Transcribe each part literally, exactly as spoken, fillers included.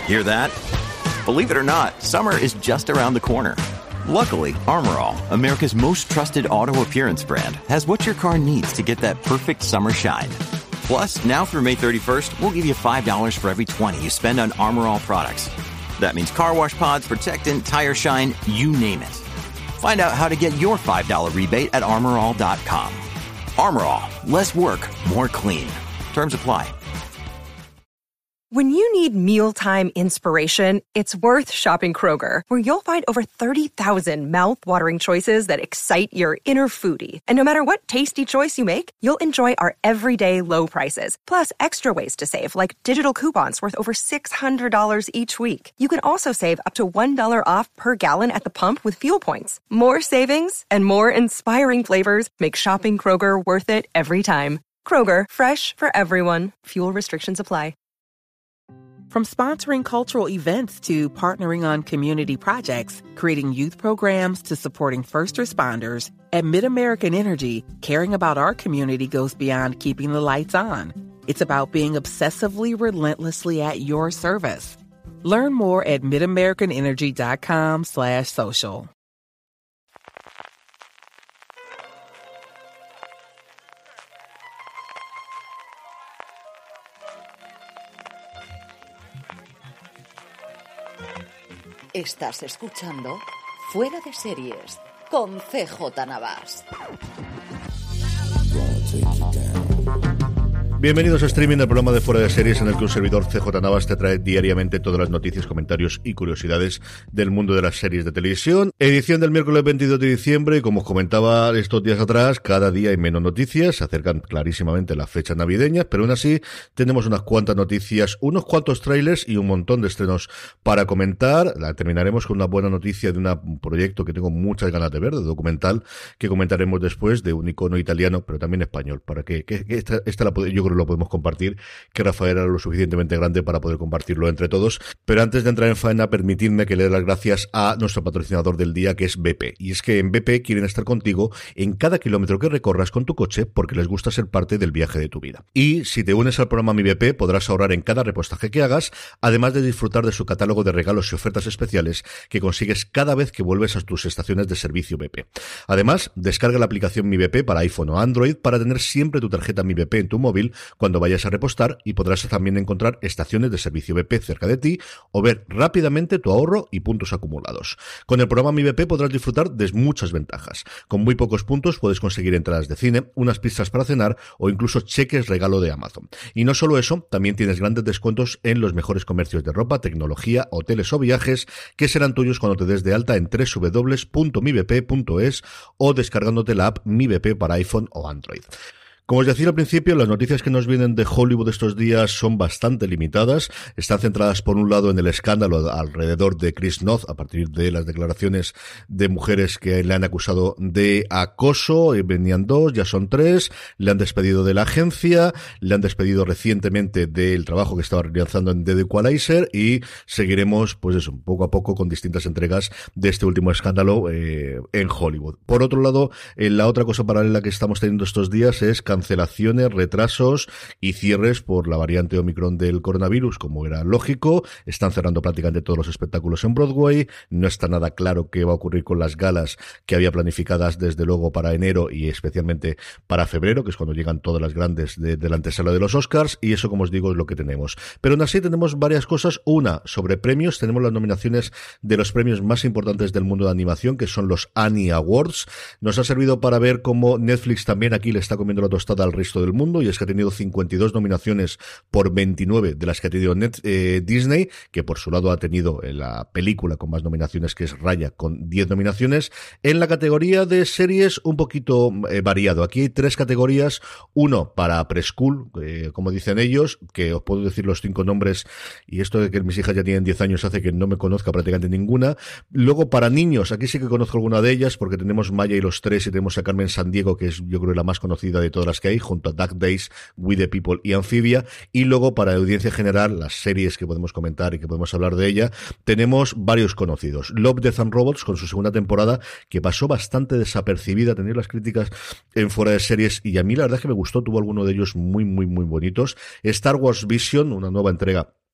Hear that? Believe it or not, summer is just around the corner. Luckily, Armor All, America's most trusted auto appearance brand, has what your car needs to get that perfect summer shine. Plus, now through May thirty-first, we'll give you five dollars for every twenty you spend on Armor All products. That means car wash pods, protectant, tire shine, you name it. Find out how to get your five dollars rebate at armor all dot com. Armor All, less work, more clean. Terms apply. When you need mealtime inspiration, it's worth shopping Kroger, where you'll find over thirty thousand mouth-watering choices that excite your inner foodie. And no matter what tasty choice you make, you'll enjoy our everyday low prices, plus extra ways to save, like digital coupons worth over six hundred dollars each week. You can also save up to one dollar off per gallon at the pump with fuel points. More savings and more inspiring flavors make shopping Kroger worth it every time. Kroger, fresh for everyone. Fuel restrictions apply. From sponsoring cultural events to partnering on community projects, creating youth programs to supporting first responders, at MidAmerican Energy, caring about our community goes beyond keeping the lights on. It's about being obsessively relentlessly at your service. Learn more at midamericanenergy.com slash social. Estás escuchando Fuera de Series con C J Navas. Bienvenidos a Streaming, el programa de Fuera de Series en el que un servidor C J Navas te trae diariamente todas las noticias, comentarios y curiosidades del mundo de las series de televisión. Edición del miércoles veintidós de diciembre y como os comentaba estos días atrás, cada día hay menos noticias, se acercan clarísimamente las fechas navideñas, pero aún así tenemos unas cuantas noticias, unos cuantos trailers y un montón de estrenos para comentar. La terminaremos con una buena noticia de una, un proyecto que tengo muchas ganas de ver, de documental, que comentaremos después, de un icono italiano, pero también español, para que, que, que esta, esta la, yo creo lo podemos compartir, que Rafael era lo suficientemente grande para poder compartirlo entre todos. Pero antes de entrar en faena, permitidme que le dé las gracias a nuestro patrocinador del día, que es B P. Y es que en B P quieren estar contigo en cada kilómetro que recorras con tu coche porque les gusta ser parte del viaje de tu vida. Y si te unes al programa Mi B P, podrás ahorrar en cada repostaje que hagas, además de disfrutar de su catálogo de regalos y ofertas especiales que consigues cada vez que vuelves a tus estaciones de servicio B P. Además, descarga la aplicación Mi B P para iPhone o Android para tener siempre tu tarjeta Mi B P en tu móvil cuando vayas a repostar, y podrás también encontrar estaciones de servicio B P cerca de ti o ver rápidamente tu ahorro y puntos acumulados. Con el programa Mi B P podrás disfrutar de muchas ventajas. Con muy pocos puntos puedes conseguir entradas de cine, unas pizzas para cenar o incluso cheques regalo de Amazon. Y no solo eso, también tienes grandes descuentos en los mejores comercios de ropa, tecnología, hoteles o viajes que serán tuyos cuando te des de alta en doble u doble u doble u punto mi b p punto es o descargándote la app Mi B P para iPhone o Android. Como os decía al principio, las noticias que nos vienen de Hollywood estos días son bastante limitadas. Están centradas por un lado en el escándalo alrededor de Chris Noth a partir de las declaraciones de mujeres que le han acusado de acoso. Venían dos, ya son tres. Le han despedido de la agencia, le han despedido recientemente del trabajo que estaba realizando en The Equalizer y seguiremos, pues eso, poco a poco con distintas entregas de este último escándalo eh, en Hollywood. Por otro lado, eh, la otra cosa paralela que estamos teniendo estos días es cancelaciones, retrasos y cierres por la variante Omicron del coronavirus, como era lógico. Están cerrando prácticamente todos los espectáculos en Broadway. No está nada claro qué va a ocurrir con las galas que había planificadas desde luego para enero y especialmente para febrero, que es cuando llegan todas las grandes de, de la antesala de los Oscars, y eso, como os digo, es lo que tenemos. Pero aún así tenemos varias cosas. Una, sobre premios. Tenemos las nominaciones de los premios más importantes del mundo de animación, que son los Annie Awards. Nos ha servido para ver cómo Netflix también aquí le está comiendo la tostada al resto del mundo, y es que ha tenido cincuenta y dos nominaciones por veintinueve de las que ha tenido Net, eh, Disney, que por su lado ha tenido eh, la película con más nominaciones, que es Raya, con diez nominaciones. En la categoría de series, un poquito eh, variado. Aquí hay tres categorías. Uno para preschool, eh, como dicen ellos, que os puedo decir los cinco nombres, y esto de que mis hijas ya tienen diez años hace que no me conozca prácticamente ninguna. Luego para niños, aquí sí que conozco alguna de ellas, porque tenemos Maya y los tres, y tenemos a Carmen Sandiego, que es yo creo la más conocida de todas las que hay, junto a Duck Days, We the People y Amphibia. Y luego para audiencia general, las series que podemos comentar y que podemos hablar de ella, tenemos varios conocidos. Love, Death and Robots, con su segunda temporada, que pasó bastante desapercibida, tenía las críticas en Fuera de Series, y a mí la verdad es que me gustó, tuvo alguno de ellos muy muy muy bonitos. Star Wars Vision, una nueva entrega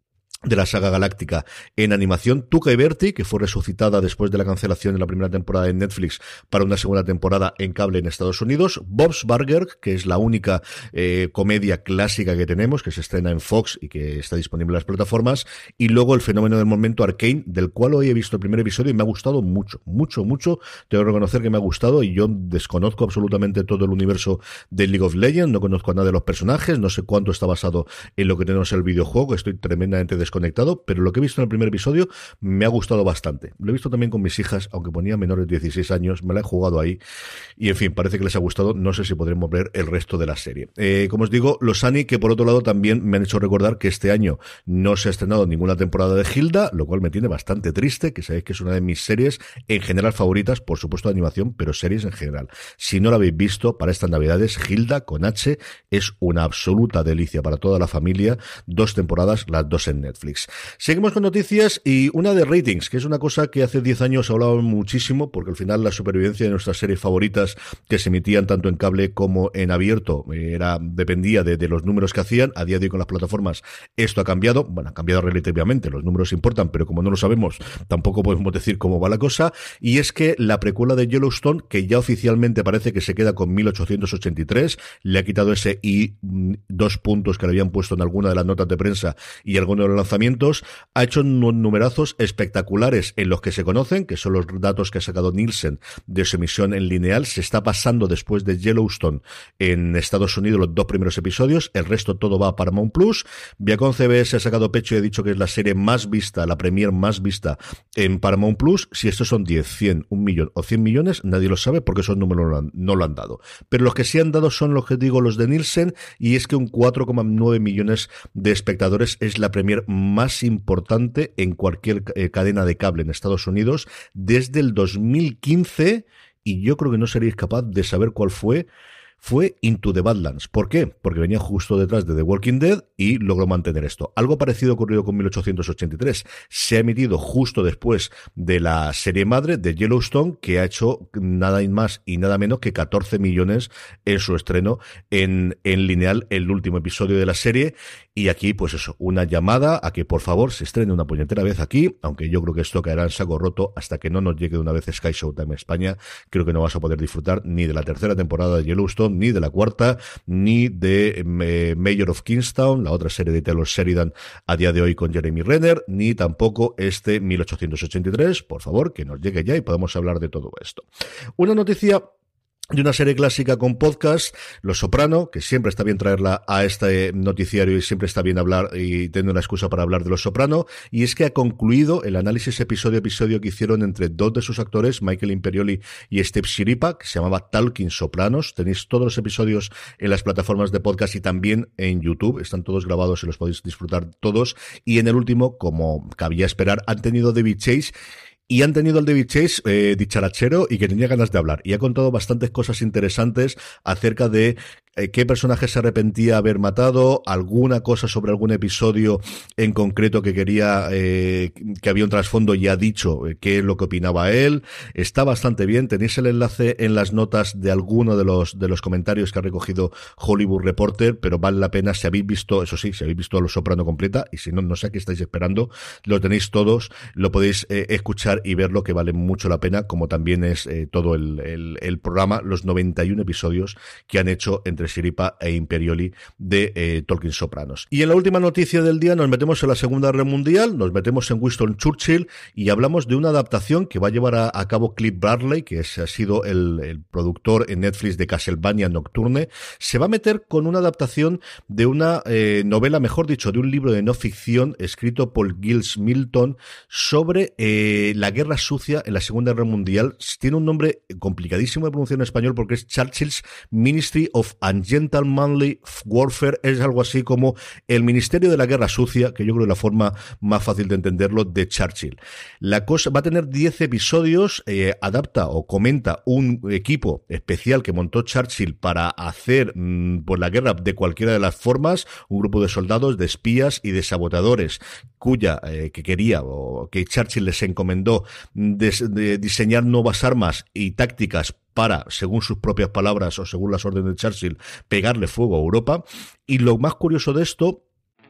de la saga galáctica en animación. Tuca y Bertie, que fue resucitada después de la cancelación de la primera temporada en Netflix para una segunda temporada en cable en Estados Unidos. Bob's Burger, que es la única eh, comedia clásica que tenemos, que se estrena en Fox y que está disponible en las plataformas. Y luego el fenómeno del momento Arcane, del cual hoy he visto el primer episodio y me ha gustado mucho, mucho, mucho. Tengo que reconocer que me ha gustado, y yo desconozco absolutamente todo el universo de League of Legends, no conozco a nada de los personajes, no sé cuánto está basado en lo que tenemos en el videojuego, estoy tremendamente desconectado conectado, pero lo que he visto en el primer episodio me ha gustado bastante. Lo he visto también con mis hijas, aunque ponía menores de dieciséis años, me la he jugado ahí, y en fin, parece que les ha gustado. No sé si podremos ver el resto de la serie. Eh, como os digo, los Annie, que por otro lado también me han hecho recordar que este año no se ha estrenado ninguna temporada de Hilda, lo cual me tiene bastante triste, que sabéis que es una de mis series en general favoritas, por supuesto de animación, pero series en general. Si no la habéis visto, para estas navidades, Hilda con H es una absoluta delicia para toda la familia. Dos temporadas, las dos en Netflix. Seguimos con noticias, y una de ratings, que es una cosa que hace diez años hablábamos muchísimo, porque al final la supervivencia de nuestras series favoritas que se emitían tanto en cable como en abierto era dependía de, de los números que hacían. A día de hoy con las plataformas esto ha cambiado, bueno, ha cambiado relativamente, los números importan, pero como no lo sabemos tampoco podemos decir cómo va la cosa, y es que la precuela de Yellowstone, que ya oficialmente parece que se queda con mil ochocientos ochenta y tres, le ha quitado ese y dos puntos que le habían puesto en alguna de las notas de prensa y algunos de los lanzamientos, ha hecho unos numerazos espectaculares en los que se conocen, que son los datos que ha sacado Nielsen de su emisión en lineal. Se está pasando después de Yellowstone en Estados Unidos los dos primeros episodios, el resto todo va a Paramount Plus. Viacom C B S ha sacado pecho y ha dicho que es la serie más vista, la premier más vista en Paramount Plus. Si estos son diez, cien, un millón o cien millones, nadie lo sabe porque esos números no lo han, no lo han dado. Pero los que sí han dado son los que digo, los de Nielsen, y es que un cuatro coma nueve millones de espectadores es la premier más importante en cualquier eh, cadena de cable en Estados Unidos desde el dos mil quince, y yo creo que no seréis capaz de saber cuál fue. Fue Into the Badlands. ¿Por qué? Porque venía justo detrás de The Walking Dead y logró mantener esto. Algo parecido ocurrido con mil ochocientos ochenta y tres. Se ha emitido justo después de la serie madre de Yellowstone, que ha hecho nada más y nada menos que catorce millones en su estreno en, en lineal, el último episodio de la serie. Y aquí, pues eso, una llamada a que por favor se estrene una puñetera vez aquí, aunque yo creo que esto caerá en saco roto hasta que no nos llegue de una vez Sky Showtime España. Creo que no vas a poder disfrutar ni de la tercera temporada de Yellowstone, ni de la cuarta, ni de eh, Mayor of Kingstown, la otra serie de Taylor Sheridan a día de hoy con Jeremy Renner, ni tampoco este mil ochocientos ochenta y tres. Por favor, que nos llegue ya y podemos hablar de todo esto. Una noticia de una serie clásica con podcast, Los Soprano, que siempre está bien traerla a este noticiario y siempre está bien hablar y tener una excusa para hablar de Los Soprano, y es que ha concluido el análisis episodio a episodio que hicieron entre dos de sus actores, Michael Imperioli y Steve Schirripa, que se llamaba Talking Sopranos. Tenéis todos los episodios en las plataformas de podcast y también en YouTube, están todos grabados y los podéis disfrutar todos. Y en el último, como cabía esperar, han tenido David Chase, y han tenido al David Chase eh, dicharachero y que tenía ganas de hablar. Y ha contado bastantes cosas interesantes acerca de eh, qué personaje se arrepentía haber matado, alguna cosa sobre algún episodio en concreto que quería, eh, que había un trasfondo, y ha dicho eh, qué es lo que opinaba él. Está bastante bien. Tenéis el enlace en las notas de alguno de los, de los comentarios que ha recogido Hollywood Reporter, pero vale la pena si habéis visto, eso sí, si habéis visto Los Soprano completa, y si no, no sé a qué estáis esperando, lo tenéis todos, lo podéis eh, escuchar y verlo, que vale mucho la pena, como también es eh, todo el, el, el programa, los noventa y uno episodios que han hecho entre Schirripa e Imperioli de eh, Talking Sopranos. Y en la última noticia del día nos metemos en la Segunda Guerra Mundial, nos metemos en Winston Churchill y hablamos de una adaptación que va a llevar a, a cabo Cliff Bradley, que es, ha sido el, el productor en Netflix de Castlevania Nocturne. Se va a meter con una adaptación de una eh, novela, mejor dicho, de un libro de no ficción escrito por Giles Milton sobre eh, la guerra sucia en la Segunda Guerra Mundial. Tiene un nombre complicadísimo de pronunciar en español porque es Churchill's Ministry of Ungentlemanly Warfare. Es algo así como el Ministerio de la Guerra Sucia, que yo creo que es la forma más fácil de entenderlo, de Churchill. La cosa va a tener diez episodios, eh, adapta o comenta un equipo especial que montó Churchill para hacer mmm, pues la guerra de cualquiera de las formas, un grupo de soldados, de espías y de saboteadores, cuya eh, que quería o que Churchill les encomendó de, de diseñar nuevas armas y tácticas para, según sus propias palabras o según las órdenes de Churchill, pegarle fuego a Europa. Y lo más curioso de esto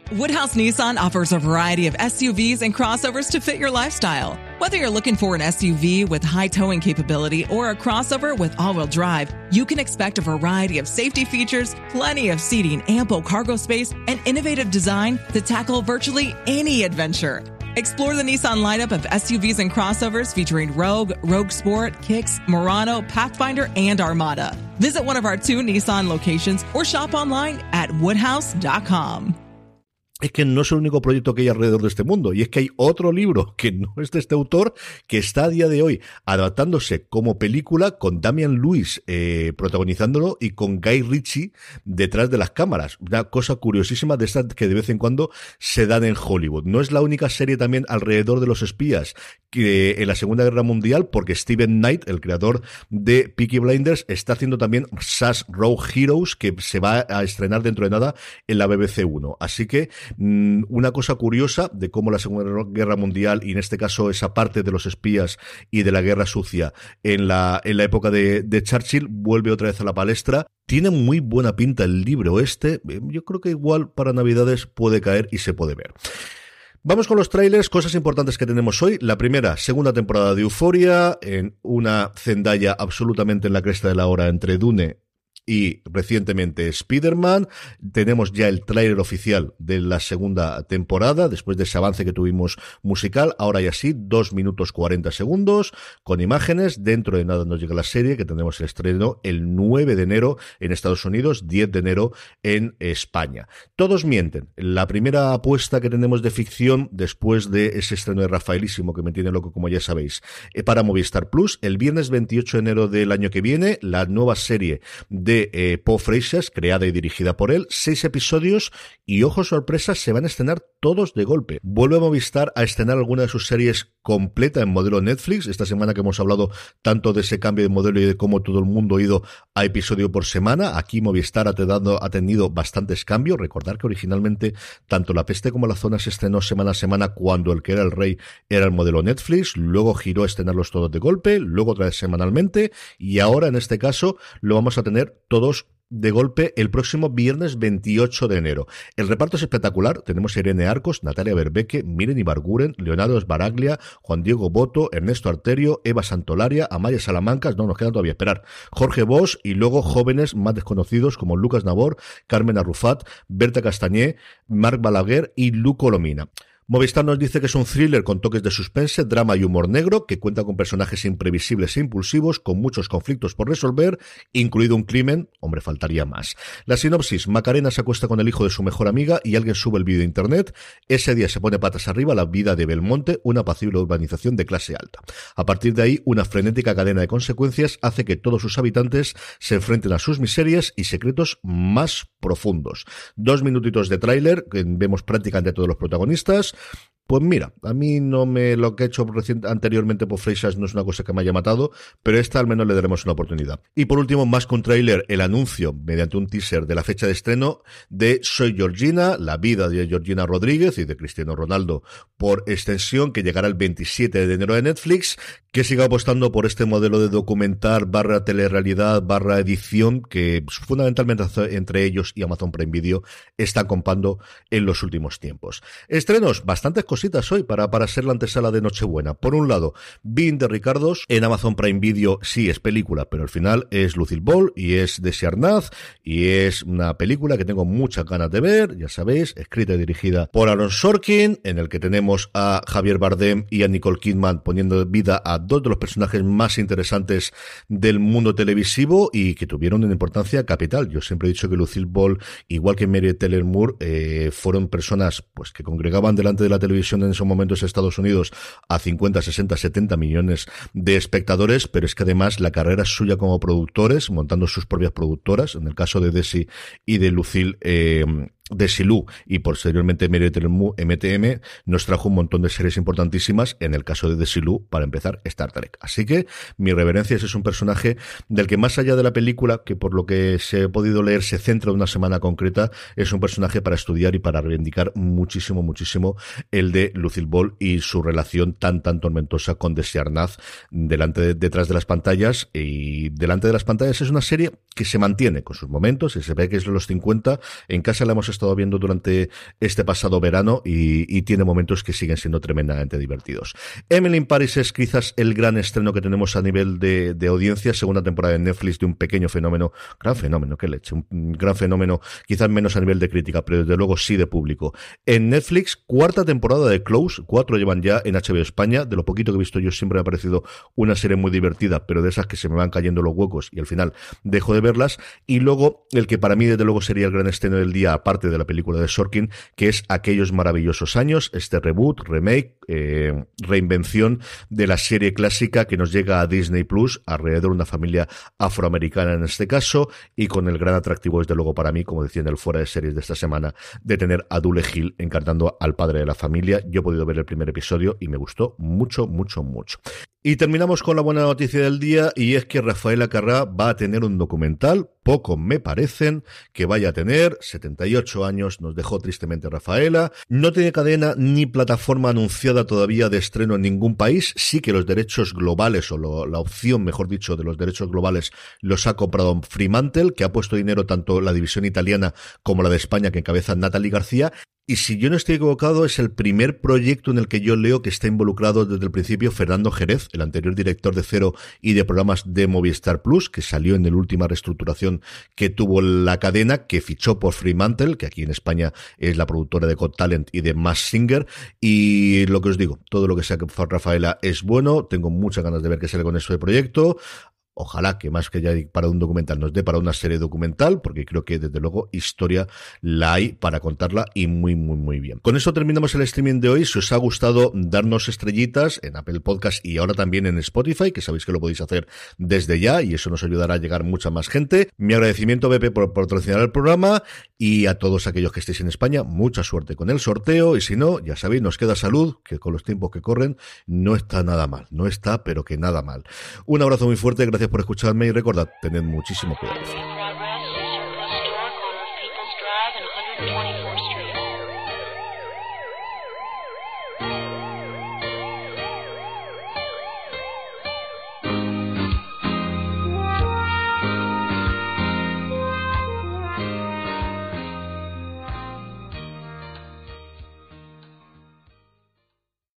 Woodhouse Nissan offers a variety of S U Vs and crossovers to fit your lifestyle. Whether you're looking for an S U V with high towing capability or a crossover with all-wheel drive, you can expect a variety of safety features, plenty of seating, ample cargo space, and innovative design to tackle virtually any adventure. Explore the Nissan lineup of S U Vs and crossovers featuring Rogue, Rogue Sport, Kicks, Murano, Pathfinder, and Armada. Visit one of our two Nissan locations or shop online at woodhouse dot com. Es que no es el único proyecto que hay alrededor de este mundo, y es que hay otro libro que no es de este autor, que está a día de hoy adaptándose como película con Damian Lewis eh, protagonizándolo y con Guy Ritchie detrás de las cámaras. Una cosa curiosísima de estas que de vez en cuando se dan en Hollywood. No es la única serie también alrededor de los espías que en la Segunda Guerra Mundial, porque Steven Knight, el creador de Peaky Blinders, está haciendo también Sass Row Heroes, que se va a estrenar dentro de nada en la B B C uno. Así que una cosa curiosa de cómo la Segunda Guerra Mundial, y en este caso esa parte de los espías y de la guerra sucia en la, en la época de, de Churchill, vuelve otra vez a la palestra. Tiene muy buena pinta el libro este. Yo creo que igual para Navidades puede caer y se puede ver. Vamos con los trailers, cosas importantes que tenemos hoy. La primera, segunda temporada de Euphoria, en una Zendaya absolutamente en la cresta de la hora entre Dune y recientemente Spider-Man. Tenemos ya el tráiler oficial de la segunda temporada, después de ese avance que tuvimos musical. Ahora ya sí, dos minutos cuarenta segundos, con imágenes. Dentro de nada nos llega la serie, que tendremos el estreno el nueve de enero en Estados Unidos, diez de enero en España. Todos mienten. La primera apuesta que tenemos de ficción, después de ese estreno de Rafaelísimo, que me tiene loco, como ya sabéis, para Movistar Plus, el viernes veintiocho de enero del año que viene, la nueva serie de de eh, Paul Freixas, creada y dirigida por él, seis episodios, y ojo sorpresa, se van a estrenar todos de golpe. Vuelve a Movistar a estrenar alguna de sus series completa en modelo Netflix, esta semana que hemos hablado tanto de ese cambio de modelo y de cómo todo el mundo ha ido a episodio por semana. Aquí Movistar ha tenido, ha tenido bastantes cambios. Recordar que originalmente tanto La Peste como La Zona se estrenó semana a semana cuando El que era el rey era el modelo Netflix, luego giró a estrenarlos todos de golpe, luego otra vez semanalmente, y ahora en este caso lo vamos a tener todos de golpe el próximo viernes veintiocho de enero. El reparto es espectacular. Tenemos a Irene Arcos, Natalia Berbeque, Miren Ibarguren, Leonardo Sbaraglia, Juan Diego Boto, Ernesto Arterio, Eva Santolaria, Amaya Salamanca, no nos queda todavía esperar, Jorge Bosch, y luego jóvenes más desconocidos como Lucas Nabor, Carmen Arrufat, Berta Castañé, Marc Balaguer y Lu Colomina. Movistar nos dice que es un thriller con toques de suspense, drama y humor negro, que cuenta con personajes imprevisibles e impulsivos, con muchos conflictos por resolver, incluido un crimen. Hombre, faltaría más. La sinopsis: Macarena se acuesta con el hijo de su mejor amiga y alguien sube el vídeo a internet. Ese día se pone patas arriba la vida de Belmonte, una apacible urbanización de clase alta. A partir de ahí, una frenética cadena de consecuencias hace que todos sus habitantes se enfrenten a sus miserias y secretos más profundos. Dos minutitos de tráiler, que vemos prácticamente a todos los protagonistas. Pues mira, a mí no me lo que he hecho recién, anteriormente por Freixas no es una cosa que me haya matado, pero esta al menos le daremos una oportunidad. Y por último, más que un tráiler, el anuncio, mediante un teaser, de la fecha de estreno de Soy Georgina, la vida de Georgina Rodríguez y de Cristiano Ronaldo por extensión, que llegará el veintisiete de enero de Netflix, que siga apostando por este modelo de documentar barra telerrealidad barra edición que fundamentalmente entre ellos y Amazon Prime Video están compando en los últimos tiempos. Estrenos, bastantes cositas hoy para, para ser la antesala de Nochebuena. Por un lado, Being de Ricardos en Amazon Prime Video, sí es película, pero al final es Lucille Ball y es Desi Arnaz, y es una película que tengo muchas ganas de ver, ya sabéis, escrita y dirigida por Aaron Sorkin, en el que tenemos a Javier Bardem y a Nicole Kidman poniendo vida a dos de los personajes más interesantes del mundo televisivo y que tuvieron una importancia capital. Yo siempre he dicho que Lucille Ball, igual que Mary Tyler Moore, eh, fueron personas pues que congregaban delante de la televisión en esos momentos en Estados Unidos a cincuenta, sesenta, setenta millones de espectadores, pero es que además la carrera suya como productores, montando sus propias productoras, en el caso de Desi y de Lucille, eh, Desilu y posteriormente Mary Tyler Moore, M T M, nos trajo un montón de series importantísimas. En el caso de Desilu, para empezar, Star Trek. Así que mi reverencia, ese es un personaje del que, más allá de la película, que por lo que se ha podido leer se centra en una semana concreta, es un personaje para estudiar y para reivindicar muchísimo, muchísimo el de Lucille Ball y su relación tan, tan tormentosa con Desi Arnaz delante de, detrás de las pantallas. Y delante de las pantallas es una serie que se mantiene con sus momentos y se ve que es de los cincuenta. En casa la hemos estado viendo durante este pasado verano y, y tiene momentos que siguen siendo tremendamente divertidos. Emily in Paris es quizás el gran estreno que tenemos a nivel de, de audiencia, segunda temporada de Netflix de un pequeño fenómeno, gran fenómeno, qué leche, un gran fenómeno, quizás menos a nivel de crítica, pero desde luego sí de público. En Netflix, cuarta temporada de Close, cuatro llevan ya en H B O España, de lo poquito que he visto yo siempre me ha parecido una serie muy divertida, pero de esas que se me van cayendo los huecos y al final dejo de verlas. Y luego, el que para mí desde luego sería el gran estreno del día, aparte de la película de Sorkin, que es Aquellos maravillosos años, este reboot, remake, eh, reinvención de la serie clásica que nos llega a Disney Plus, alrededor de una familia afroamericana en este caso, y con el gran atractivo desde luego para mí, como decía en el fuera de series de esta semana, de tener a Dule Hill encarnando al padre de la familia. Yo he podido ver el primer episodio y me gustó mucho, mucho, mucho. Y terminamos con la buena noticia del día, y es que Rafaela Carrà va a tener un documental. Poco me parecen que vaya a tener. setenta y ocho años nos dejó tristemente Rafaela. No tiene cadena ni plataforma anunciada todavía de estreno en ningún país. Sí que los derechos globales, o lo, la opción, mejor dicho, de los derechos globales los ha comprado Fremantle, que ha puesto dinero tanto la división italiana como la de España, que encabeza Natalie García. Y si yo no estoy equivocado, es el primer proyecto en el que yo leo que está involucrado desde el principio Fernando Jerez, el anterior director de Cero y de programas de Movistar Plus, que salió en la última reestructuración que tuvo la cadena, que fichó por Fremantle, que aquí en España es la productora de Got Talent y de Masked Singer. Y lo que os digo, todo lo que sea que Rafaela es bueno. Tengo muchas ganas de ver qué sale con este proyecto. Ojalá que más que ya para un documental nos dé para una serie documental, porque creo que desde luego historia la hay para contarla, y muy muy muy bien. Con eso terminamos el streaming de hoy. Si os ha gustado, darnos estrellitas en Apple Podcast y ahora también en Spotify, que sabéis que lo podéis hacer desde ya y eso nos ayudará a llegar mucha más gente. Mi agradecimiento a B P por patrocinar el programa, y a todos aquellos que estéis en España, mucha suerte con el sorteo, y si no, ya sabéis, nos queda salud, que con los tiempos que corren no está nada mal, no está pero que nada mal. Un abrazo muy fuerte, gracias por escucharme y recordad, tened muchísimo cuidado.